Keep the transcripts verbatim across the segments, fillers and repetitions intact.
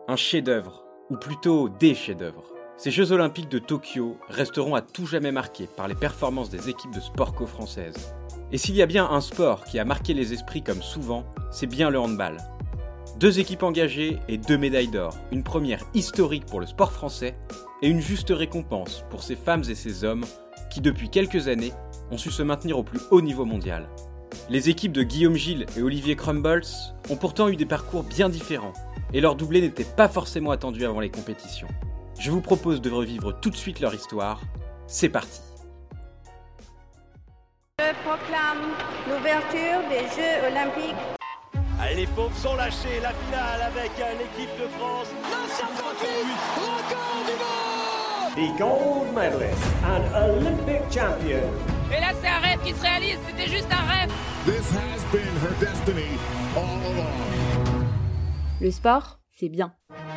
Un chef-d'œuvre, ou plutôt des chefs-d'œuvre. Ces Jeux Olympiques de Tokyo resteront à tout jamais marqués par les performances des équipes de sport co-françaises. Et s'il y a bien un sport qui a marqué les esprits comme souvent, c'est bien le handball. Deux équipes engagées et deux médailles d'or, une première historique pour le sport français et une juste récompense pour ces femmes et ces hommes qui depuis quelques années ont su se maintenir au plus haut niveau mondial. Les équipes de Guillaume Gilles et Olivier Crumbles ont pourtant eu des parcours bien différents et leur doublé n'était pas forcément attendu avant les compétitions. Je vous propose de revivre tout de suite leur histoire. C'est parti. Je proclame l'ouverture des Jeux Olympiques. Allez, les pauvres sont lâchés, la finale avec l'équipe de France. neuf cent trente-huit, record du monde! The gold medalist and Olympic champion. Et là, c'est un rêve qui se réalise, c'était juste un rêve. This has been her destiny all along. Le sport, c'est bien.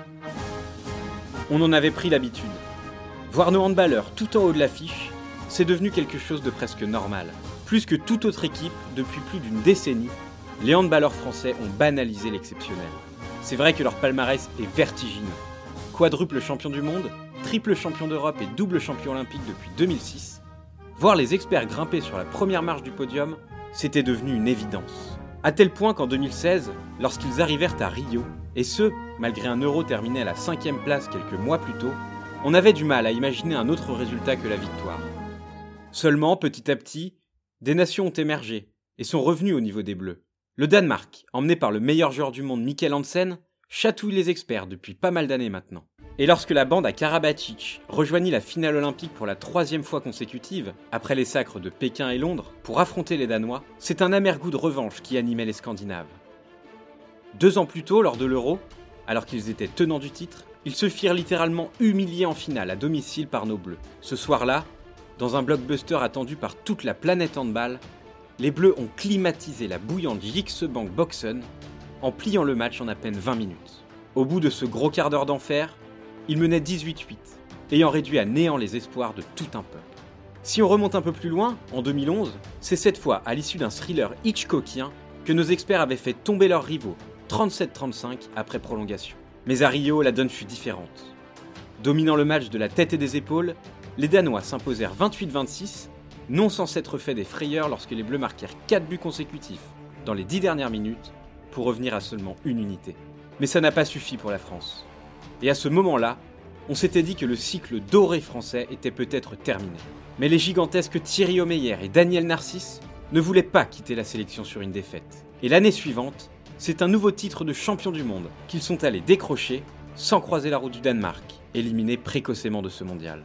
On en avait pris l'habitude. Voir nos handballeurs tout en haut de l'affiche, c'est devenu quelque chose de presque normal. Plus que toute autre équipe, depuis plus d'une décennie, les handballeurs français ont banalisé l'exceptionnel. C'est vrai que leur palmarès est vertigineux. Quadruple champion du monde, triple champion d'Europe et double champion olympique depuis deux mille six, voir les experts grimper sur la première marche du podium, c'était devenu une évidence. À tel point qu'en deux mille seize, lorsqu'ils arrivèrent à Rio, et ce, malgré un Euro terminé à la cinquième place quelques mois plus tôt, on avait du mal à imaginer un autre résultat que la victoire. Seulement, petit à petit, des nations ont émergé et sont revenues au niveau des Bleus. Le Danemark, emmené par le meilleur joueur du monde Mikkel Hansen, chatouille les experts depuis pas mal d'années maintenant. Et lorsque la bande à Karabatic rejoignit la finale olympique pour la troisième fois consécutive, après les sacres de Pékin et Londres, pour affronter les Danois, c'est un amer goût de revanche qui animait les Scandinaves. Deux ans plus tôt, lors de l'Euro, alors qu'ils étaient tenants du titre, ils se firent littéralement humilier en finale à domicile par nos Bleus. Ce soir-là, dans un blockbuster attendu par toute la planète handball, les Bleus ont climatisé la bouillante Jyske Bank Boxen en pliant le match en à peine vingt minutes. Au bout de ce gros quart d'heure d'enfer, ils menaient dix-huit huit, ayant réduit à néant les espoirs de tout un peuple. Si on remonte un peu plus loin, en deux mille onze, c'est cette fois à l'issue d'un thriller hitchcockien que nos experts avaient fait tomber leurs rivaux trente-sept trente-cinq après prolongation. Mais à Rio, la donne fut différente. Dominant le match de la tête et des épaules, les Danois s'imposèrent vingt-huit vingt-six, non sans s'être fait des frayeurs lorsque les Bleus marquèrent quatre buts consécutifs dans les dix dernières minutes pour revenir à seulement une unité. Mais ça n'a pas suffi pour la France. Et à ce moment-là, on s'était dit que le cycle doré français était peut-être terminé. Mais les gigantesques Thierry Omeyer et Daniel Narcisse ne voulaient pas quitter la sélection sur une défaite. Et l'année suivante, c'est un nouveau titre de champion du monde qu'ils sont allés décrocher sans croiser la route du Danemark, éliminé précocement de ce mondial.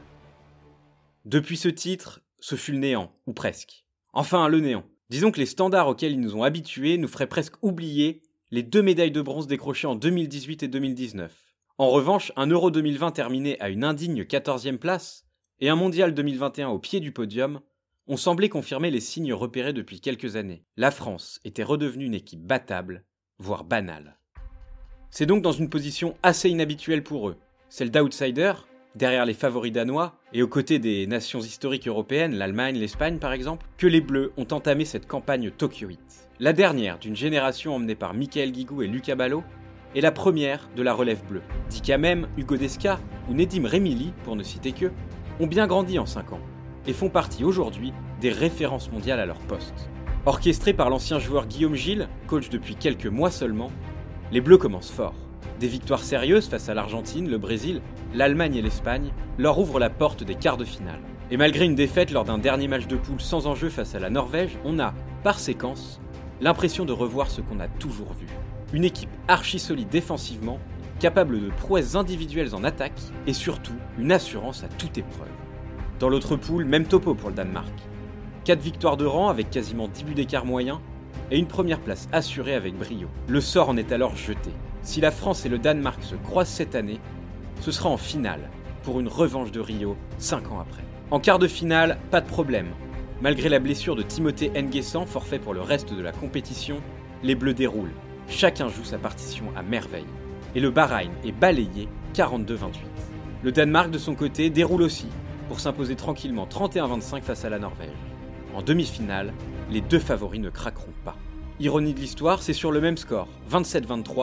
Depuis ce titre, ce fut le néant, ou presque. Enfin, le néant. Disons que les standards auxquels ils nous ont habitués nous feraient presque oublier les deux médailles de bronze décrochées en deux mille dix-huit et deux mille dix-neuf. En revanche, un Euro deux mille vingt terminé à une indigne quatorzième place et un Mondial deux mille vingt et un au pied du podium ont semblé confirmer les signes repérés depuis quelques années. La France était redevenue une équipe battable, voire banale. C'est donc dans une position assez inhabituelle pour eux, celle d'outsider, derrière les favoris danois et aux côtés des nations historiques européennes, l'Allemagne, l'Espagne par exemple, que les Bleus ont entamé cette campagne tokyoïte. La dernière d'une génération emmenée par Michael Guigou et Lucas Ballot, et la première de la relève bleue. Dit qu'à même Hugo Desca ou Nedim Remili, pour ne citer qu'eux, ont bien grandi en cinq ans et font partie aujourd'hui des références mondiales à leur poste. Orchestrés par l'ancien joueur Guillaume Gilles, coach depuis quelques mois seulement, les Bleus commencent fort. Des victoires sérieuses face à l'Argentine, le Brésil, l'Allemagne et l'Espagne leur ouvrent la porte des quarts de finale. Et malgré une défaite lors d'un dernier match de poule sans enjeu face à la Norvège, on a, par séquence, l'impression de revoir ce qu'on a toujours vu. Une équipe archi solide défensivement, capable de prouesses individuelles en attaque et surtout une assurance à toute épreuve. Dans l'autre poule, même topo pour le Danemark. quatre victoires de rang avec quasiment dix buts d'écart moyen et une première place assurée avec brio. Le sort en est alors jeté. Si la France et le Danemark se croisent cette année, ce sera en finale pour une revanche de Rio cinq ans après. En quart de finale, pas de problème. Malgré la blessure de Timothée Nguessan, forfait pour le reste de la compétition, les Bleus déroulent. Chacun joue sa partition à merveille. Et le Bahreïn est balayé quarante-deux vingt-huit. Le Danemark, de son côté, déroule aussi pour s'imposer tranquillement trente et un vingt-cinq face à la Norvège. En demi-finale, les deux favoris ne craqueront pas. Ironie de l'histoire, c'est sur le même score, vingt-sept vingt-trois,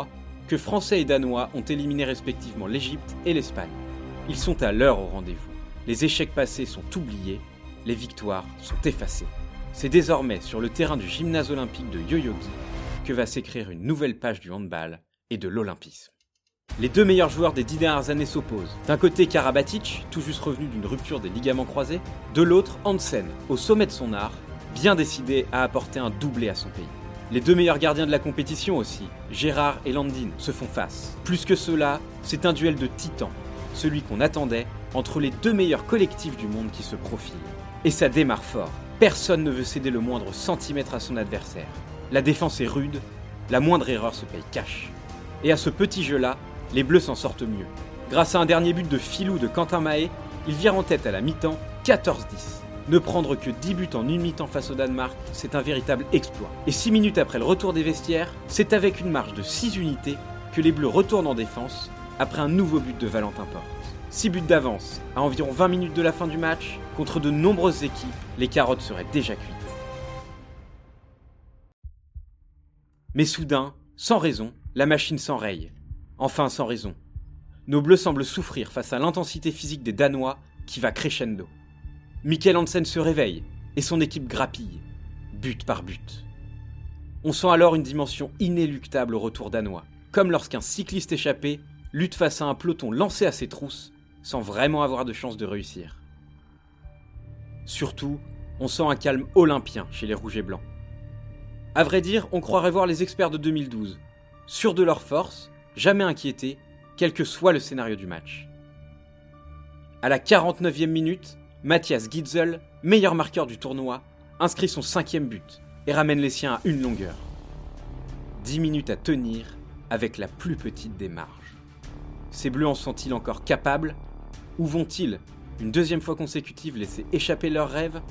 que Français et Danois ont éliminé respectivement l'Égypte et l'Espagne. Ils sont à l'heure au rendez-vous. Les échecs passés sont oubliés, les victoires sont effacées. C'est désormais sur le terrain du gymnase olympique de Yoyogi que va s'écrire une nouvelle page du handball et de l'olympisme. Les deux meilleurs joueurs des dix dernières années s'opposent. D'un côté Karabatic, tout juste revenu d'une rupture des ligaments croisés, de l'autre Hansen, au sommet de son art, bien décidé à apporter un doublé à son pays. Les deux meilleurs gardiens de la compétition aussi, Gérard et Landin, se font face. Plus que cela, c'est un duel de titans, celui qu'on attendait entre les deux meilleurs collectifs du monde qui se profilent. Et ça démarre fort. Personne ne veut céder le moindre centimètre à son adversaire. La défense est rude, la moindre erreur se paye cash. Et à ce petit jeu-là, les Bleus s'en sortent mieux. Grâce à un dernier but de filou de Quentin Mahé, ils virent en tête à la mi-temps quatorze dix. Ne prendre que dix buts en une mi-temps face au Danemark, c'est un véritable exploit. Et six minutes après le retour des vestiaires, c'est avec une marge de six unités que les Bleus retournent en défense après un nouveau but de Valentin Porte. six buts d'avance à environ vingt minutes de la fin du match, contre de nombreuses équipes, les carottes seraient déjà cuites. Mais soudain, sans raison, la machine s'enraye. Enfin sans raison. Nos Bleus semblent souffrir face à l'intensité physique des Danois qui va crescendo. Mikkel Hansen se réveille et son équipe grappille, but par but. On sent alors une dimension inéluctable au retour danois, comme lorsqu'un cycliste échappé lutte face à un peloton lancé à ses trousses sans vraiment avoir de chance de réussir. Surtout, on sent un calme olympien chez les Rouges et Blancs. À vrai dire, on croirait voir les experts de deux mille douze, sûrs de leur force, jamais inquiétés, quel que soit le scénario du match. À la quarante-neuvième minute, Matthias Gitzel, meilleur marqueur du tournoi, inscrit son cinquième but et ramène les siens à une longueur. Dix minutes à tenir avec la plus petite des marges. Ces Bleus en sont-ils encore capables? Ou vont-ils, une deuxième fois consécutive, laisser échapper leurs rêves?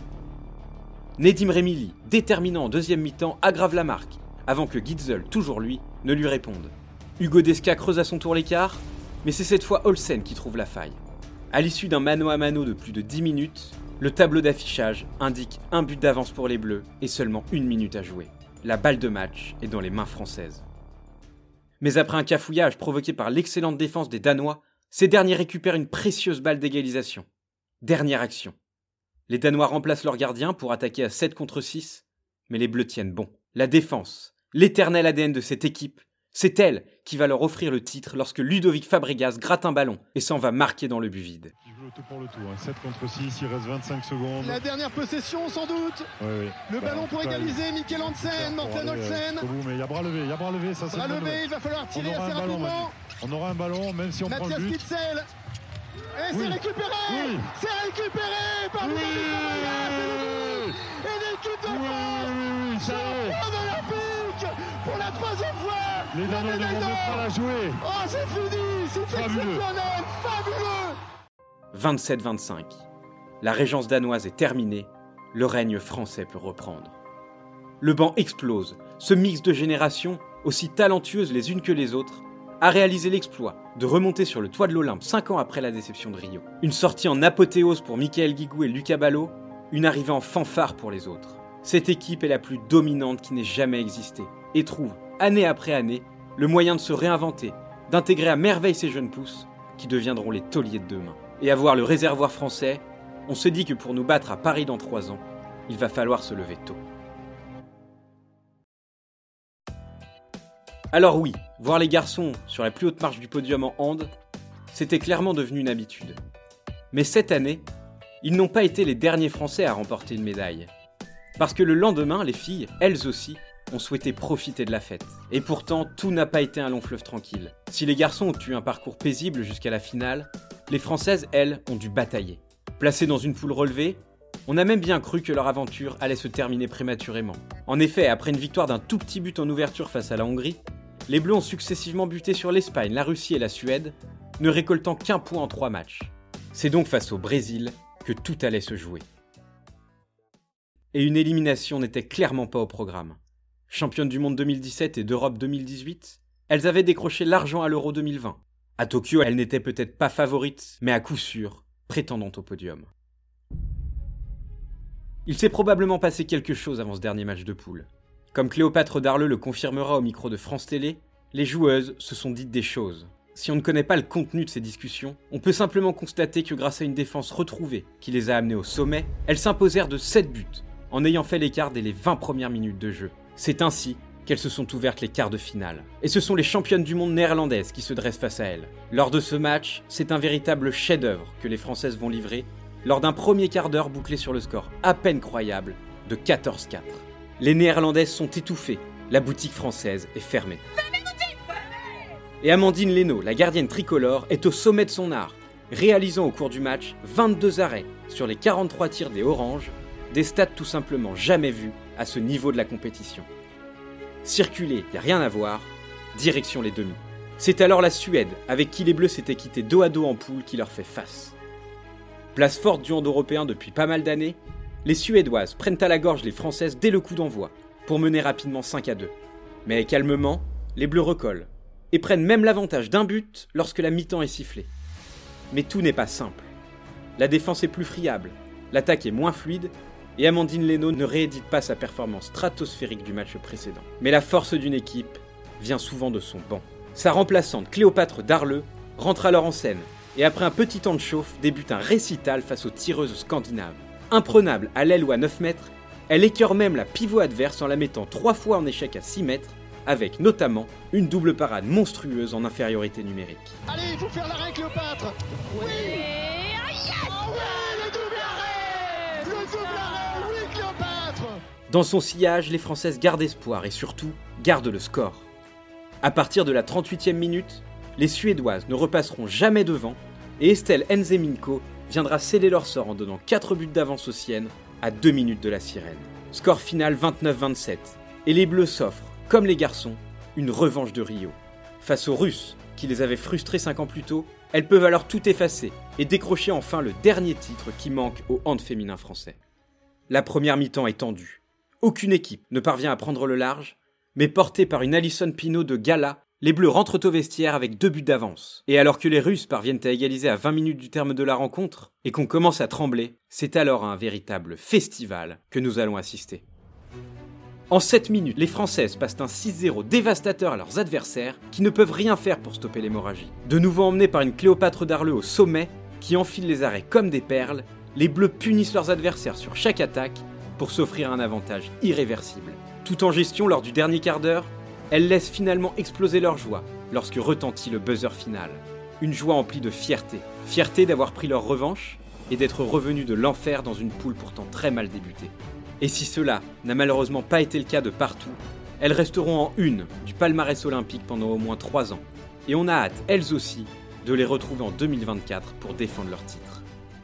Nedim Remili, déterminant en deuxième mi-temps, aggrave la marque, avant que Gitzel, toujours lui, ne lui réponde. Hugo Desca creuse à son tour l'écart, mais c'est cette fois Olsen qui trouve la faille. À l'issue d'un mano à mano de plus de dix minutes, le tableau d'affichage indique un but d'avance pour les Bleus et seulement une minute à jouer. La balle de match est dans les mains françaises. Mais après un cafouillage provoqué par l'excellente défense des Danois, ces derniers récupèrent une précieuse balle d'égalisation. Dernière action. Les Danois remplacent leur gardien pour attaquer à sept contre six, mais les Bleus tiennent bon. La défense, l'éternel A D N de cette équipe, c'est elle qui va leur offrir le titre lorsque Ludovic Fabregas gratte un ballon et s'en va marquer dans le but vide. Il joue le tout pour le tout, hein. sept contre six, il reste vingt-cinq secondes. La dernière possession sans doute. Oui, oui. Le bah, ballon pour égaliser, Mikkel Hansen, Morten Olsen. Euh, mais il y a bras levé, il y a bras levé, ça c'est bras levé, il va falloir tirer assez ballon, rapidement. On aura un ballon, même si on Mathias prend le but. Gitzel. Et oui. c'est récupéré. Oui. C'est récupéré par oui. Ludovic Fabregas. Et l'équipe de France, oui, oui, championne olympique pour la troisième fois. Les Danois ne vont même pas la jouer. Oh, c'est fini, c'est exceptionnel, fabuleux. vingt-sept vingt-cinq. La régence danoise est terminée, le règne français peut reprendre. Le banc explose, ce mix de générations, aussi talentueuses les unes que les autres, a réalisé l'exploit de remonter sur le toit de l'Olympe cinq ans après la déception de Rio. Une sortie en apothéose pour Michael Guigou et Lucas Ballot, une arrivée en fanfare pour les autres. Cette équipe est la plus dominante qui n'ait jamais existé et trouve, année après année, le moyen de se réinventer, d'intégrer à merveille ces jeunes pousses qui deviendront les tauliers de demain. Et à voir le réservoir français, on se dit que pour nous battre à Paris dans trois ans, il va falloir se lever tôt. Alors oui, voir les garçons sur la plus haute marche du podium en hand, c'était clairement devenu une habitude. Mais cette année, ils n'ont pas été les derniers Français à remporter une médaille. Parce que le lendemain, les filles, elles aussi, ont souhaité profiter de la fête. Et pourtant, tout n'a pas été un long fleuve tranquille. Si les garçons ont eu un parcours paisible jusqu'à la finale, les Françaises, elles, ont dû batailler. Placées dans une poule relevée, on a même bien cru que leur aventure allait se terminer prématurément. En effet, après une victoire d'un tout petit but en ouverture face à la Hongrie, les Bleus ont successivement buté sur l'Espagne, la Russie et la Suède, ne récoltant qu'un point en trois matchs. C'est donc face au Brésil que tout allait se jouer. Et une élimination n'était clairement pas au programme. Championnes du monde deux mille dix-sept et d'Europe deux mille dix-huit, elles avaient décroché l'argent à l'Euro deux mille vingt. À Tokyo, elles n'étaient peut-être pas favorites, mais à coup sûr, prétendantes au podium. Il s'est probablement passé quelque chose avant ce dernier match de poule. Comme Cléopâtre Darleux le confirmera au micro de France Télé, les joueuses se sont dites des choses. Si on ne connaît pas le contenu de ces discussions, on peut simplement constater que grâce à une défense retrouvée qui les a amenées au sommet, elles s'imposèrent de sept buts, en ayant fait l'écart dès les vingt premières minutes de jeu. C'est ainsi qu'elles se sont ouvertes les quarts de finale. Et ce sont les championnes du monde néerlandaises qui se dressent face à elles. Lors de ce match, c'est un véritable chef-d'œuvre que les Françaises vont livrer, lors d'un premier quart d'heure bouclé sur le score à peine croyable de quatorze quatre. Les Néerlandaises sont étouffées, la boutique française est fermée. Et Amandine Leno, la gardienne tricolore, est au sommet de son art, réalisant au cours du match vingt-deux arrêts sur les quarante-trois tirs des Oranges, des stats tout simplement jamais vus à ce niveau de la compétition. Circuler, y a rien à voir, direction les demi. C'est alors la Suède, avec qui les Bleus s'étaient quittés dos à dos en poule, qui leur fait face. Place forte du hand européen depuis pas mal d'années, les Suédoises prennent à la gorge les Françaises dès le coup d'envoi, pour mener rapidement cinq à deux. Mais calmement, les Bleus recollent, et prennent même l'avantage d'un but lorsque la mi-temps est sifflée. Mais tout n'est pas simple. La défense est plus friable, l'attaque est moins fluide, et Amandine Leno ne réédite pas sa performance stratosphérique du match précédent. Mais la force d'une équipe vient souvent de son banc. Sa remplaçante Cléopâtre Darleux rentre alors en scène, et après un petit temps de chauffe, débute un récital face aux tireuses scandinaves. Imprenable à l'aile ou à neuf mètres, elle écœure même la pivot adverse en la mettant trois fois en échec à six mètres, avec notamment une double parade monstrueuse en infériorité numérique. Allez, il faut faire l'arrêt, Cléopâtre. Oui. Ah yes Oh ouais, le double arrêt. Le double arrêt, oui, Cléopâtre. Dans son sillage, les Françaises gardent espoir et surtout, gardent le score. À partir de la trente-huitième minute, les Suédoises ne repasseront jamais devant et Estelle Nzeminko viendra sceller leur sort en donnant quatre buts d'avance aux siennes à deux minutes de la sirène. Score final vingt-neuf vingt-sept et les Bleus s'offrent, comme les garçons, une revanche de Rio. Face aux Russes, qui les avaient frustrés cinq ans plus tôt, elles peuvent alors tout effacer et décrocher enfin le dernier titre qui manque au hand féminin français. La première mi-temps est tendue. Aucune équipe ne parvient à prendre le large, mais portée par une Alison Pinault de gala, les Bleus rentrent au vestiaire avec deux buts d'avance. Et alors que les Russes parviennent à égaliser à vingt minutes du terme de la rencontre, et qu'on commence à trembler, c'est alors à un véritable festival que nous allons assister. En sept minutes, les Françaises passent un six zéro dévastateur à leurs adversaires qui ne peuvent rien faire pour stopper l'hémorragie. De nouveau emmenés par une Cléopâtre Darleux au sommet qui enfile les arrêts comme des perles, les Bleus punissent leurs adversaires sur chaque attaque pour s'offrir un avantage irréversible. Tout en gestion lors du dernier quart d'heure, elles laissent finalement exploser leur joie lorsque retentit le buzzer final. Une joie emplie de fierté. Fierté d'avoir pris leur revanche et d'être revenus de l'enfer dans une poule pourtant très mal débutée. Et si cela n'a malheureusement pas été le cas de partout, elles resteront en une du palmarès olympique pendant au moins trois ans. Et on a hâte, elles aussi, de les retrouver en deux mille vingt-quatre pour défendre leur titre.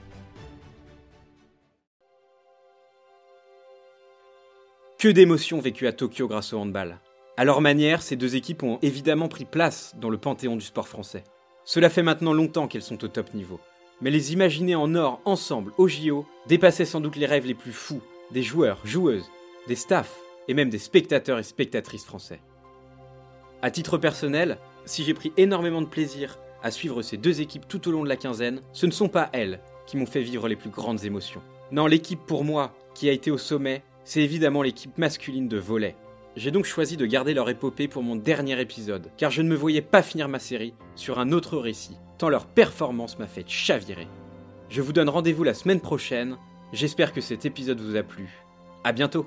Que d'émotions vécues à Tokyo grâce au handball. À leur manière, ces deux équipes ont évidemment pris place dans le panthéon du sport français. Cela fait maintenant longtemps qu'elles sont au top niveau. Mais les imaginer en or ensemble au J O dépassait sans doute les rêves les plus fous des joueurs, joueuses, des staffs et même des spectateurs et spectatrices français. À titre personnel, si j'ai pris énormément de plaisir à suivre ces deux équipes tout au long de la quinzaine, ce ne sont pas elles qui m'ont fait vivre les plus grandes émotions. Non, l'équipe pour moi qui a été au sommet, c'est évidemment l'équipe masculine de volley. J'ai donc choisi de garder leur épopée pour mon dernier épisode, car je ne me voyais pas finir ma série sur un autre récit, tant leur performance m'a fait chavirer. Je vous donne rendez-vous la semaine prochaine, j'espère que cet épisode vous a plu. À bientôt.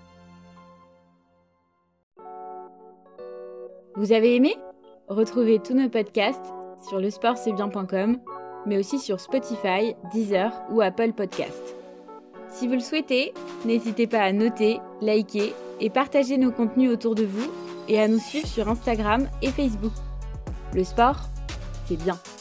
Vous avez aimé ? Retrouvez tous nos podcasts sur le sport c'est bien point com, mais aussi sur Spotify, Deezer ou Apple Podcasts. Si vous le souhaitez, n'hésitez pas à noter, liker et partager nos contenus autour de vous et à nous suivre sur Instagram et Facebook. Le sport, c'est bien.